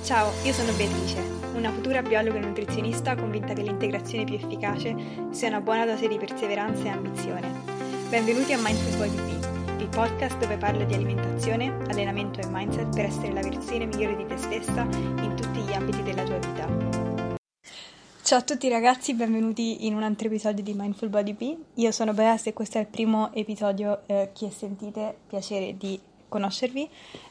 Ciao, io sono Beatrice, una futura biologa e nutrizionista convinta che l'integrazione più efficace sia una buona dose di perseveranza e ambizione. Benvenuti a Mindful Body Bee, il podcast dove parlo di alimentazione, allenamento e mindset per essere la versione migliore di te stessa in tutti gli ambiti della tua vita. Ciao a tutti ragazzi, benvenuti in un altro episodio di Mindful Body Bee. Io sono Bea e questo è il primo episodio che sentite, piacere di conoscervi.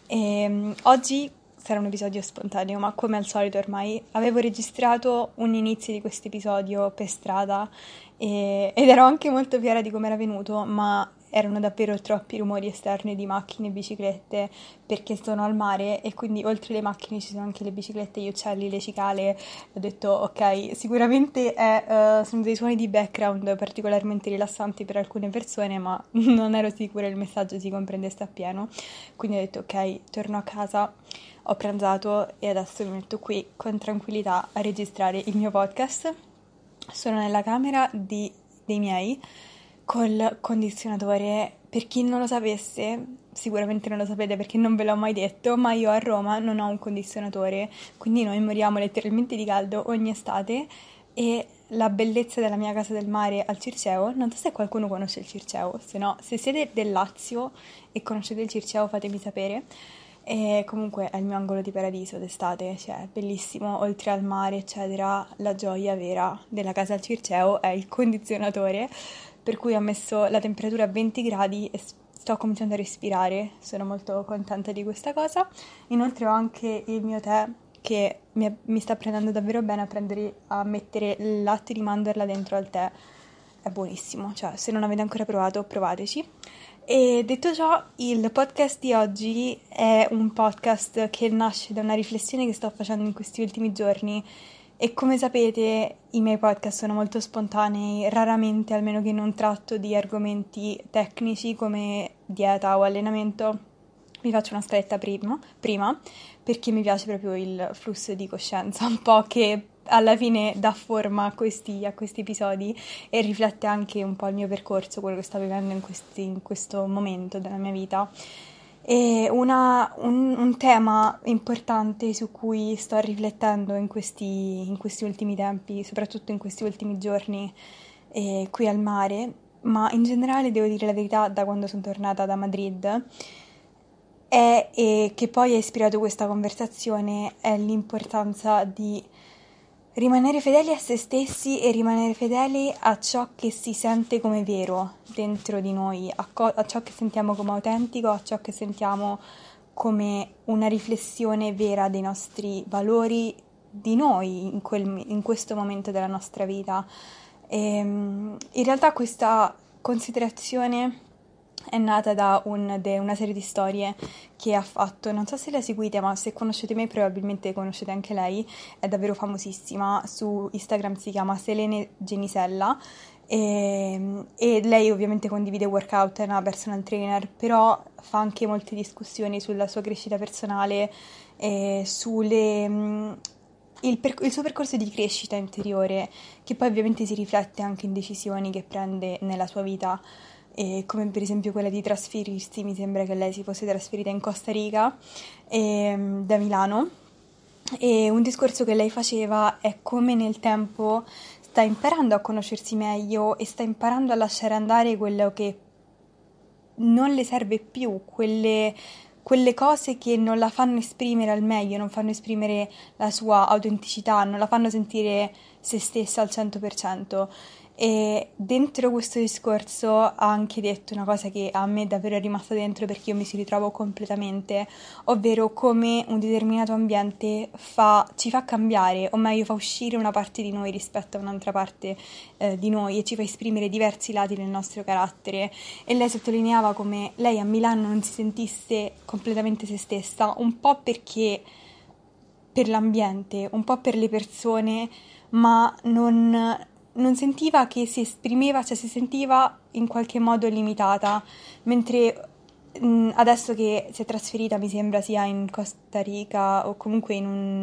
Oggi sarà un episodio spontaneo, ma come al solito ormai avevo registrato un inizio di questo episodio per strada ed ero anche molto fiera di come era venuto, ma erano davvero troppi rumori esterni di macchine e biciclette perché sono al mare e quindi oltre le macchine ci sono anche le biciclette, gli uccelli, le cicale. Ho detto ok, sicuramente sono dei suoni di background particolarmente rilassanti per alcune persone, ma non ero sicura il messaggio si comprendesse appieno, quindi ho detto ok, torno a casa, ho pranzato e adesso mi metto qui con tranquillità a registrare il mio podcast. Sono nella camera dei miei col condizionatore. Per chi non lo sapesse, sicuramente non lo sapete perché non ve l'ho mai detto, ma io a Roma non ho un condizionatore, quindi noi moriamo letteralmente di caldo ogni estate e la bellezza della mia casa del mare al Circeo, non so se qualcuno conosce il Circeo, se no, se siete del Lazio e conoscete il Circeo fatemi sapere. E comunque è il mio angolo di paradiso d'estate, cioè è bellissimo, oltre al mare eccetera, la gioia vera della casa al Circeo è il condizionatore, per cui ho messo la temperatura a 20 gradi e sto cominciando a respirare, sono molto contenta di questa cosa. Inoltre ho anche il mio tè che mi sta prendendo davvero bene a mettere il latte di mandorla dentro al tè, è buonissimo, cioè se non avete ancora provato provateci. E detto ciò, il podcast di oggi è un podcast che nasce da una riflessione che sto facendo in questi ultimi giorni e come sapete i miei podcast sono molto spontanei, raramente, almeno che non tratto di argomenti tecnici come dieta o allenamento, mi faccio una scaletta prima perché mi piace proprio il flusso di coscienza, un po' che alla fine dà forma a questi episodi e riflette anche un po' il mio percorso, quello che sto vivendo in questo momento della mia vita. E un tema importante su cui sto riflettendo in questi ultimi tempi, soprattutto in questi ultimi giorni qui al mare, ma in generale devo dire la verità da quando sono tornata da Madrid, e che poi ha ispirato questa conversazione è l'importanza di rimanere fedeli a se stessi e rimanere fedeli a ciò che si sente come vero dentro di noi, a ciò che sentiamo come autentico, a ciò che sentiamo come una riflessione vera dei nostri valori, di noi in questo momento della nostra vita. In realtà questa considerazione è nata da una serie di storie che ha fatto, non so se la seguite, ma se conoscete me probabilmente conoscete anche lei, è davvero famosissima, su Instagram si chiama Selene Genisella e lei ovviamente condivide workout, è una personal trainer, però fa anche molte discussioni sulla sua crescita personale e il suo percorso di crescita interiore, che poi ovviamente si riflette anche in decisioni che prende nella sua vita, come per esempio quella di trasferirsi, mi sembra che lei si fosse trasferita in Costa Rica da Milano, e un discorso che lei faceva è come nel tempo sta imparando a conoscersi meglio e sta imparando a lasciare andare quello che non le serve più, quelle cose che non la fanno esprimere al meglio, non fanno esprimere la sua autenticità, non la fanno sentire se stessa al 100%. E dentro questo discorso ha anche detto una cosa che a me davvero è rimasta dentro perché io mi ci ritrovo completamente, ovvero come un determinato ambiente ci fa cambiare, o meglio fa uscire una parte di noi rispetto a un'altra parte di noi e ci fa esprimere diversi lati del nostro carattere. E lei sottolineava come lei a Milano non si sentisse completamente se stessa, un po' perché per l'ambiente, un po' per le persone, ma non sentiva che si esprimeva, cioè si sentiva in qualche modo limitata, mentre adesso che si è trasferita, mi sembra sia in Costa Rica o comunque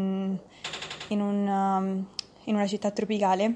in una città tropicale,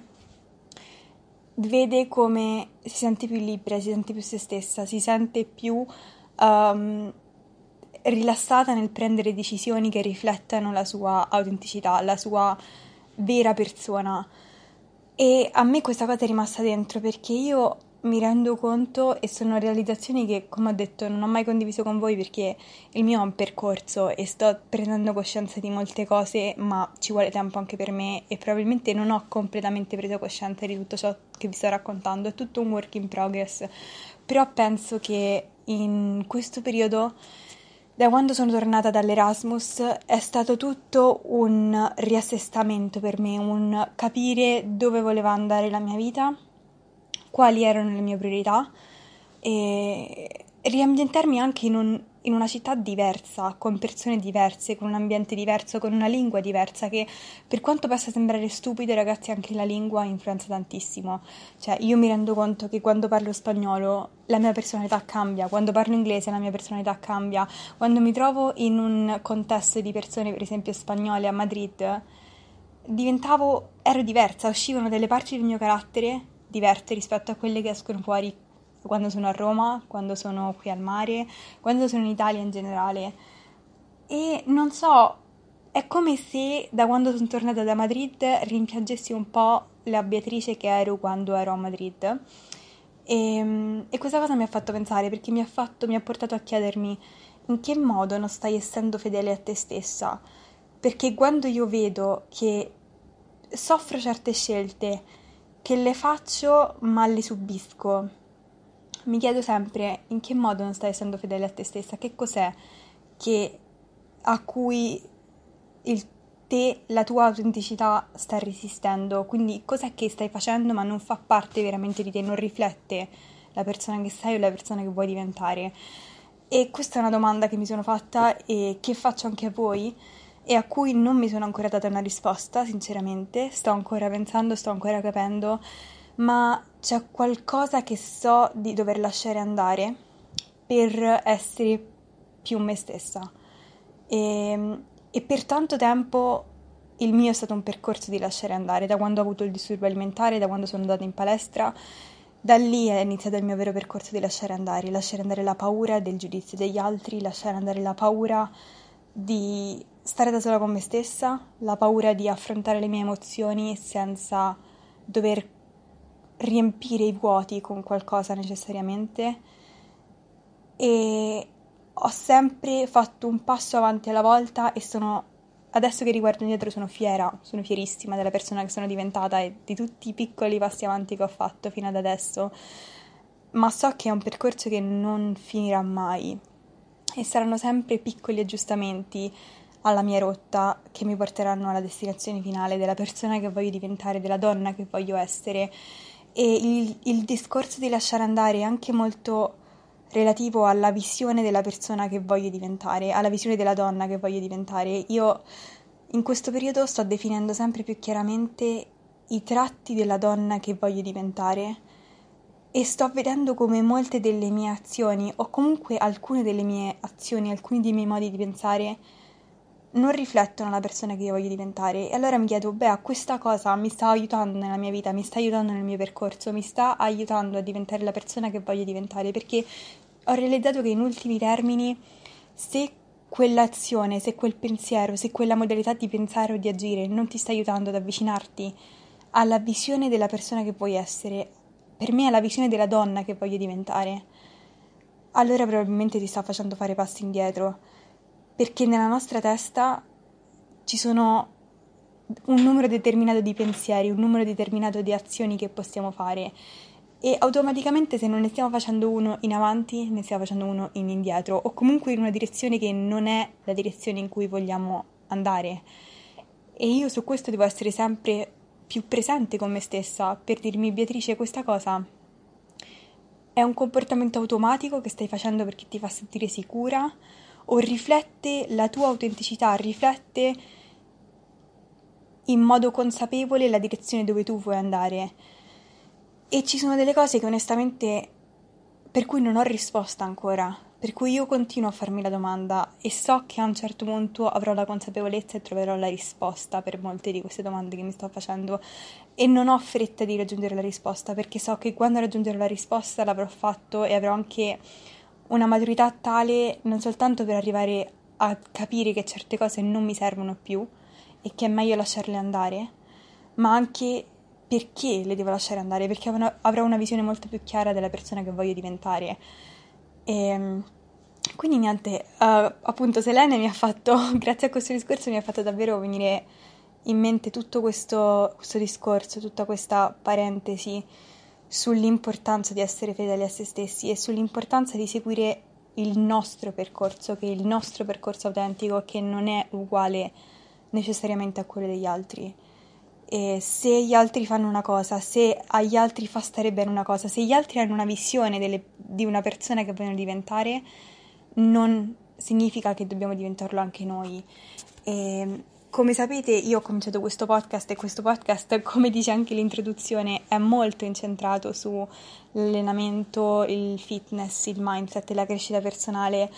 vede come si sente più libera, si sente più se stessa, si sente più rilassata nel prendere decisioni che riflettano la sua autenticità, la sua vera persona. E a me questa cosa è rimasta dentro perché io mi rendo conto, e sono realizzazioni che, come ho detto, non ho mai condiviso con voi perché il mio è un percorso e sto prendendo coscienza di molte cose, ma ci vuole tempo anche per me e probabilmente non ho completamente preso coscienza di tutto ciò che vi sto raccontando, è tutto un work in progress. Però penso che in questo periodo, da quando sono tornata dall'Erasmus, è stato tutto un riassestamento per me, un capire dove voleva andare la mia vita, quali erano le mie priorità e riambientarmi anche in una città diversa, con persone diverse, con un ambiente diverso, con una lingua diversa, che per quanto possa sembrare stupido, ragazzi, anche la lingua influenza tantissimo. Cioè, io mi rendo conto che quando parlo spagnolo la mia personalità cambia, quando parlo inglese la mia personalità cambia, quando mi trovo in un contesto di persone, per esempio spagnole a Madrid, ero diversa, uscivano delle parti del mio carattere diverse rispetto a quelle che escono fuori quando sono a Roma, quando sono qui al mare, quando sono in Italia in generale. E non so, è come se da quando sono tornata da Madrid rimpiangessi un po' la Beatrice che ero quando ero a Madrid. E questa cosa mi ha fatto pensare perché mi ha portato a chiedermi in che modo non stai essendo fedele a te stessa. Perché quando io vedo che soffro certe scelte, che le faccio ma le subisco, mi chiedo sempre in che modo non stai essendo fedele a te stessa, che cos'è che a cui la tua autenticità sta resistendo, quindi cos'è che stai facendo ma non fa parte veramente di te, non riflette la persona che sei o la persona che vuoi diventare. E questa è una domanda che mi sono fatta e che faccio anche a voi e a cui non mi sono ancora data una risposta, sinceramente, sto ancora pensando, sto ancora capendo, ma c'è qualcosa che so di dover lasciare andare per essere più me stessa. E per tanto tempo il mio è stato un percorso di lasciare andare, da quando ho avuto il disturbo alimentare, da quando sono andata in palestra, da lì è iniziato il mio vero percorso di lasciare andare la paura del giudizio degli altri, lasciare andare la paura di stare da sola con me stessa, la paura di affrontare le mie emozioni senza dover riempire i vuoti con qualcosa necessariamente. E ho sempre fatto un passo avanti alla volta e adesso che riguardo indietro sono fierissima della persona che sono diventata e di tutti i piccoli passi avanti che ho fatto fino ad adesso, ma so che è un percorso che non finirà mai e saranno sempre piccoli aggiustamenti alla mia rotta che mi porteranno alla destinazione finale della persona che voglio diventare, della donna che voglio essere. E il discorso di lasciare andare è anche molto relativo alla visione della persona che voglio diventare, alla visione della donna che voglio diventare. Io in questo periodo sto definendo sempre più chiaramente i tratti della donna che voglio diventare e sto vedendo come molte delle mie azioni, o comunque alcune delle mie azioni, alcuni dei miei modi di pensare, non riflettono la persona che io voglio diventare. E allora mi chiedo, beh, questa cosa mi sta aiutando nella mia vita, mi sta aiutando nel mio percorso, mi sta aiutando a diventare la persona che voglio diventare, perché ho realizzato che in ultimi termini, se quell'azione, se quel pensiero, se quella modalità di pensare o di agire non ti sta aiutando ad avvicinarti alla visione della persona che vuoi essere, per me è la visione della donna che voglio diventare, allora probabilmente ti sta facendo fare passi indietro, perché nella nostra testa ci sono un numero determinato di pensieri, un numero determinato di azioni che possiamo fare e automaticamente se non ne stiamo facendo uno in avanti, ne stiamo facendo uno in indietro o comunque in una direzione che non è la direzione in cui vogliamo andare. E io su questo devo essere sempre più presente con me stessa per dirmi, Beatrice, questa cosa è un comportamento automatico che stai facendo perché ti fa sentire sicura o riflette la tua autenticità, riflette in modo consapevole la direzione dove tu vuoi andare. E ci sono delle cose che onestamente per cui non ho risposta ancora, per cui io continuo a farmi la domanda e so che a un certo punto avrò la consapevolezza e troverò la risposta per molte di queste domande che mi sto facendo e non ho fretta di raggiungere la risposta perché so che quando raggiungerò la risposta l'avrò fatto e avrò anche una maturità tale non soltanto per arrivare a capire che certe cose non mi servono più e che è meglio lasciarle andare, ma anche perché le devo lasciare andare, perché avrò una visione molto più chiara della persona che voglio diventare. E quindi niente, appunto Selene mi ha fatto, grazie a questo discorso mi ha fatto davvero venire in mente tutto questo discorso, tutta questa parentesi sull'importanza di essere fedeli a se stessi e sull'importanza di seguire il nostro percorso, che è il nostro percorso autentico, che non è uguale necessariamente a quello degli altri. E se gli altri fanno una cosa, se agli altri fa stare bene una cosa, se gli altri hanno una visione di una persona che vogliono diventare, non significa che dobbiamo diventarlo anche noi. E come sapete, io ho cominciato questo podcast e questo podcast, come dice anche l'introduzione, è molto incentrato sull'allenamento, il fitness, il mindset e la crescita personale.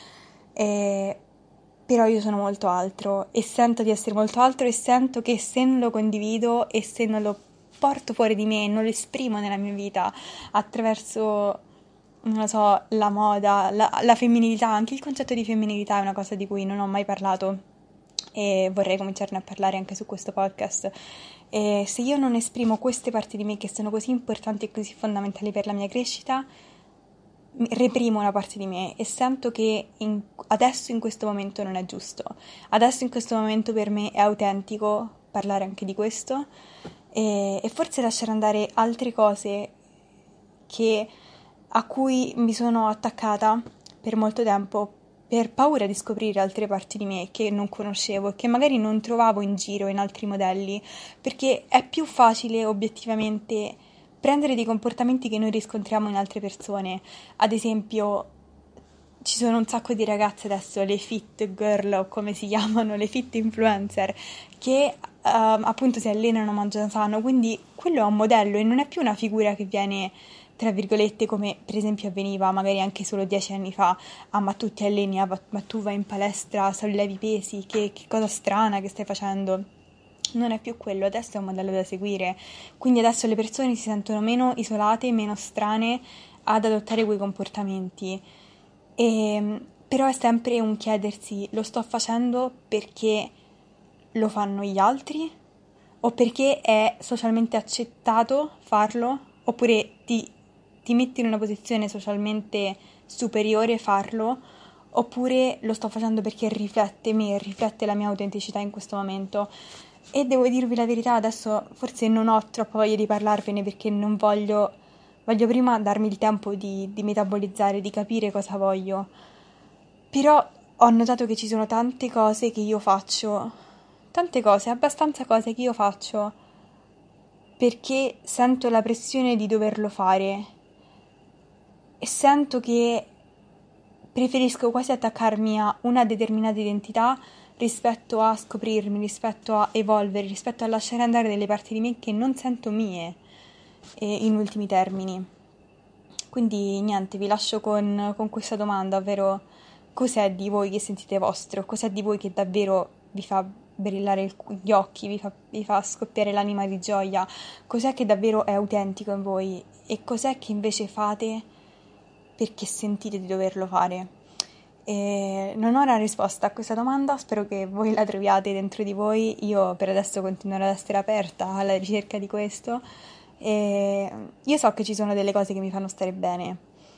Però io sono molto altro e sento di essere molto altro e sento che se non lo condivido e se non lo porto fuori di me, non lo esprimo nella mia vita attraverso, non lo so, la moda, la femminilità, anche il concetto di femminilità è una cosa di cui non ho mai parlato e vorrei cominciarne a parlare anche su questo podcast. E se io non esprimo queste parti di me che sono così importanti e così fondamentali per la mia crescita, reprimo una parte di me e sento che adesso in questo momento non è giusto. Adesso in questo momento per me è autentico parlare anche di questo e forse lasciare andare altre cose a cui mi sono attaccata per molto tempo per paura di scoprire altre parti di me che non conoscevo e che magari non trovavo in giro in altri modelli, perché è più facile obiettivamente prendere dei comportamenti che noi riscontriamo in altre persone. Ad esempio, ci sono un sacco di ragazze adesso, le fit girl o come si chiamano, le fit influencer, che appunto si allenano, mangiano sano, quindi quello è un modello e non è più una figura che viene, tra virgolette, come per esempio avveniva magari anche solo 10 anni fa. Ah, ma tu ti alleni, ma tu vai in palestra, sollevi pesi, che cosa strana che stai facendo. Non è più quello, adesso è un modello da seguire, quindi adesso le persone si sentono meno isolate, meno strane ad adottare quei comportamenti. Però è sempre un chiedersi, lo sto facendo perché lo fanno gli altri? O perché è socialmente accettato farlo? Oppure ti metti in una posizione socialmente superiore farlo? Oppure lo sto facendo perché riflette me, riflette la mia autenticità in questo momento? E devo dirvi la verità, adesso forse non ho troppa voglia di parlarvene perché non voglio prima darmi il tempo di metabolizzare, di capire cosa voglio. Però ho notato che ci sono tante cose che io faccio, tante cose, abbastanza cose che io faccio perché sento la pressione di doverlo fare e sento che preferisco quasi attaccarmi a una determinata identità rispetto a scoprirmi, rispetto a evolvere, rispetto a lasciare andare delle parti di me che non sento mie, in ultimi termini. Quindi niente, vi lascio con questa domanda, ovvero cos'è di voi che sentite vostro? Cos'è di voi che davvero vi fa brillare gli occhi, vi fa scoppiare l'anima di gioia? Cos'è che davvero è autentico in voi? E cos'è che invece fate perché sentite di doverlo fare? E non ho una risposta a questa domanda, spero che voi la troviate dentro di voi. Io per adesso continuerò ad essere aperta alla ricerca di questo. E io so che ci sono delle cose che mi fanno stare bene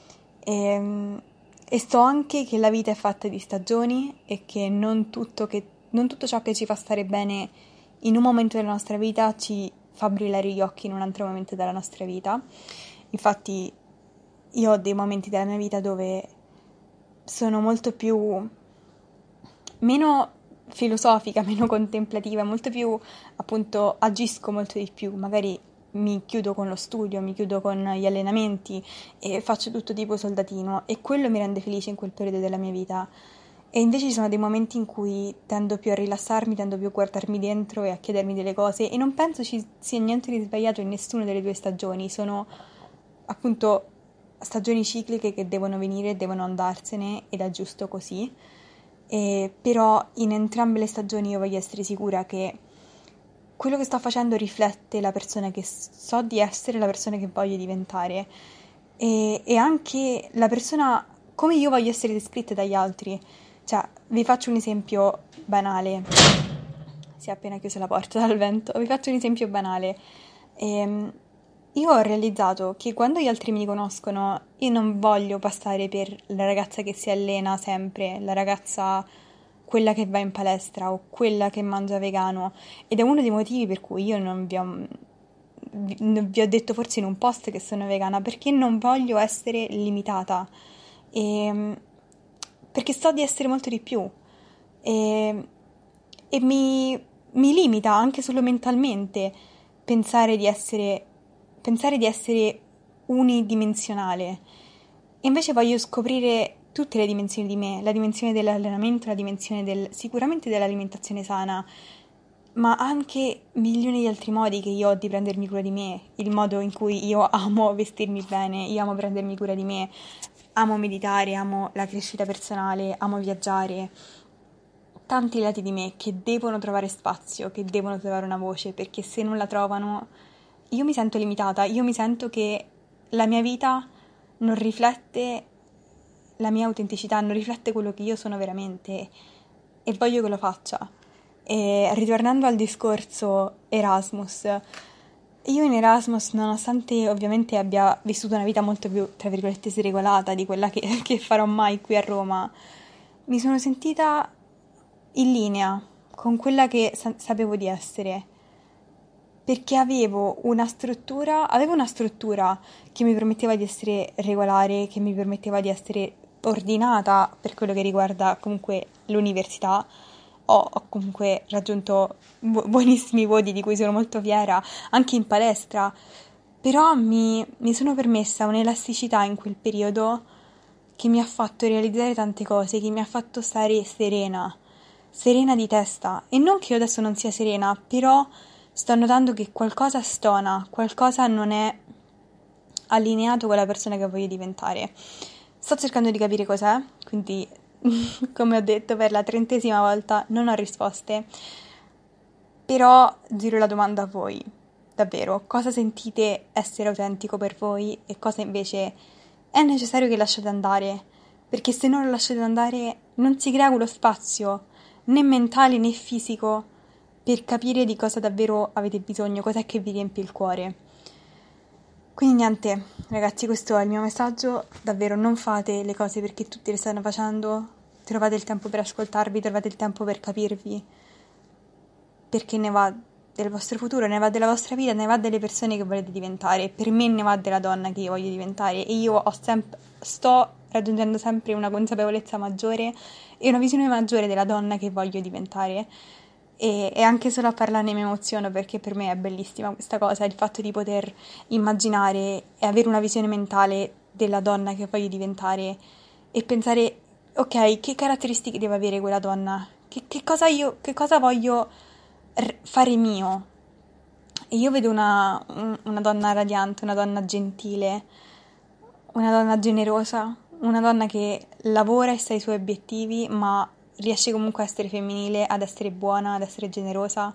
e so anche che la vita è fatta di stagioni e che non tutto ciò che ci fa stare bene in un momento della nostra vita ci fa brillare gli occhi in un altro momento della nostra vita. Infatti io ho dei momenti della mia vita dove sono meno filosofica, meno contemplativa, molto più, appunto, agisco molto di più, magari mi chiudo con lo studio, mi chiudo con gli allenamenti e faccio tutto tipo soldatino e quello mi rende felice in quel periodo della mia vita. E invece ci sono dei momenti in cui tendo più a rilassarmi, tendo più a guardarmi dentro e a chiedermi delle cose e non penso ci sia niente di sbagliato in nessuna delle due stagioni, sono appunto stagioni cicliche che devono venire e devono andarsene ed è giusto così. Però in entrambe le stagioni io voglio essere sicura che quello che sto facendo riflette la persona che so di essere, la persona che voglio diventare e anche la persona come io voglio essere descritta dagli altri. Cioè, vi faccio un esempio banale. Si è appena chiusa la porta dal vento. Vi faccio un esempio banale. Io ho realizzato che quando gli altri mi conoscono, io non voglio passare per la ragazza che si allena sempre, la ragazza quella che va in palestra o quella che mangia vegano. Ed è uno dei motivi per cui io non vi ho detto forse in un post che sono vegana, perché non voglio essere limitata. Perché so di essere molto di più. E mi limita anche solo mentalmente pensare di essere unidimensionale. E invece voglio scoprire tutte le dimensioni di me, la dimensione dell'allenamento, la dimensione sicuramente dell'alimentazione sana, ma anche milioni di altri modi che io ho di prendermi cura di me, il modo in cui io amo vestirmi bene, io amo prendermi cura di me, amo meditare, amo la crescita personale, amo viaggiare. Tanti lati di me che devono trovare spazio, che devono trovare una voce, perché se non la trovano io mi sento limitata, io mi sento che la mia vita non riflette la mia autenticità, non riflette quello che io sono veramente e voglio che lo faccia. E ritornando al discorso Erasmus, io in Erasmus, nonostante ovviamente abbia vissuto una vita molto più, tra virgolette, sregolata di quella che farò mai qui a Roma, mi sono sentita in linea con quella che sapevo di essere, perché avevo una struttura che mi permetteva di essere regolare, che mi permetteva di essere ordinata per quello che riguarda comunque l'università. Ho comunque raggiunto buonissimi voti di cui sono molto fiera, anche in palestra, però mi sono permessa un'elasticità in quel periodo che mi ha fatto realizzare tante cose, che mi ha fatto stare serena di testa. E non che io adesso non sia serena, però sto notando che qualcosa stona, qualcosa non è allineato con la persona che voglio diventare. Sto cercando di capire cos'è, quindi come ho detto per la 30ª volta non ho risposte, però giro la domanda a voi. Davvero, cosa sentite essere autentico per voi e cosa invece è necessario che lasciate andare? Perché se non lo lasciate andare non si crea quello spazio, né mentale né fisico, per capire di cosa davvero avete bisogno, cos'è che vi riempie il cuore. Quindi niente, ragazzi, questo è il mio messaggio. Davvero non fate le cose perché tutti le stanno facendo, trovate il tempo per ascoltarvi, trovate il tempo per capirvi, perché ne va del vostro futuro, ne va della vostra vita, ne va delle persone che volete diventare. Per me ne va della donna che io voglio diventare e io sto raggiungendo sempre una consapevolezza maggiore e una visione maggiore della donna che voglio diventare. E anche solo a parlarne mi emoziono, perché per me è bellissima questa cosa, il fatto di poter immaginare e avere una visione mentale della donna che voglio diventare e pensare, ok, che caratteristiche deve avere quella donna? Che cosa voglio fare mio? E io vedo una donna radiante, una donna gentile, una donna generosa, una donna che lavora e sa i suoi obiettivi, ma riesce comunque a essere femminile, ad essere buona, ad essere generosa.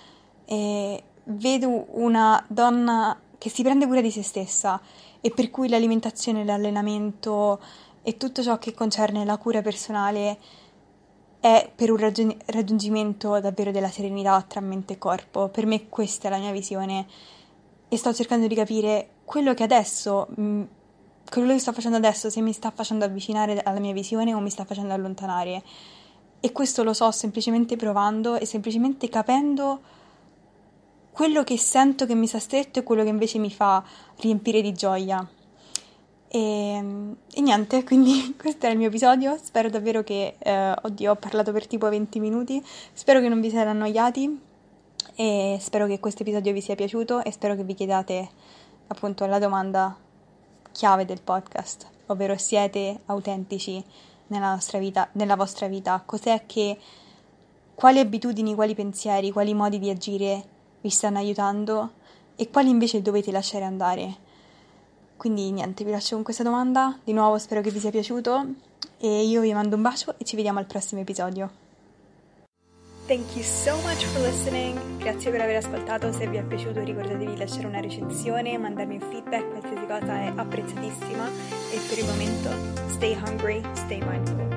E vedo una donna che si prende cura di se stessa e per cui l'alimentazione, l'allenamento e tutto ciò che concerne la cura personale è per un raggiungimento davvero della serenità tra mente e corpo. Per me questa è la mia visione e sto cercando di capire quello che adesso, quello che sto facendo adesso, se mi sta facendo avvicinare alla mia visione o mi sta facendo allontanare. E questo lo so semplicemente provando e semplicemente capendo quello che sento che mi sta stretto e quello che invece mi fa riempire di gioia. E niente, quindi questo è il mio episodio. Spero davvero che, ho parlato per tipo 20 minuti. Spero che non vi siate annoiati e spero che questo episodio vi sia piaciuto e spero che vi chiedate appunto la domanda chiave del podcast, ovvero siete autentici nella nostra vita, nella vostra vita? Quali abitudini, quali pensieri, quali modi di agire vi stanno aiutando e quali invece dovete lasciare andare? Quindi niente, vi lascio con questa domanda. Di nuovo spero che vi sia piaciuto e io vi mando un bacio e ci vediamo al prossimo episodio. Thank you so much for listening. Grazie per aver ascoltato. Se vi è piaciuto ricordatevi di lasciare una recensione, mandarmi un feedback, qualsiasi cosa è apprezzatissima. E per il momento, stay hungry, stay mindful.